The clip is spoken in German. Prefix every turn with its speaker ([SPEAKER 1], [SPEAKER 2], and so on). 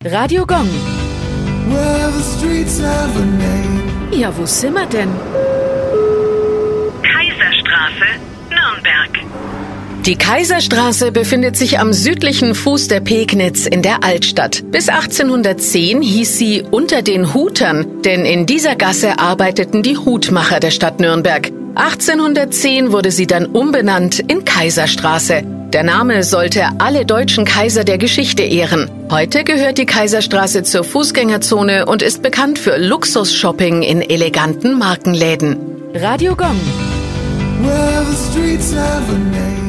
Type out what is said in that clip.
[SPEAKER 1] Radio Gong.
[SPEAKER 2] Well, the streets have a name.
[SPEAKER 1] Ja, wo sind wir denn?
[SPEAKER 3] Kaiserstraße, Nürnberg.
[SPEAKER 4] Die Kaiserstraße befindet sich am südlichen Fuß der Pegnitz in der Altstadt. Bis 1810 hieß sie Unter den Hutern, denn in dieser Gasse arbeiteten die Hutmacher der Stadt Nürnberg. 1810 wurde sie dann umbenannt in Kaiserstraße. Der Name sollte alle deutschen Kaiser der Geschichte ehren. Heute gehört die Kaiserstraße zur Fußgängerzone und ist bekannt für Luxusshopping in eleganten Markenläden.
[SPEAKER 1] Radio Gong.
[SPEAKER 2] Well, the streets have a name.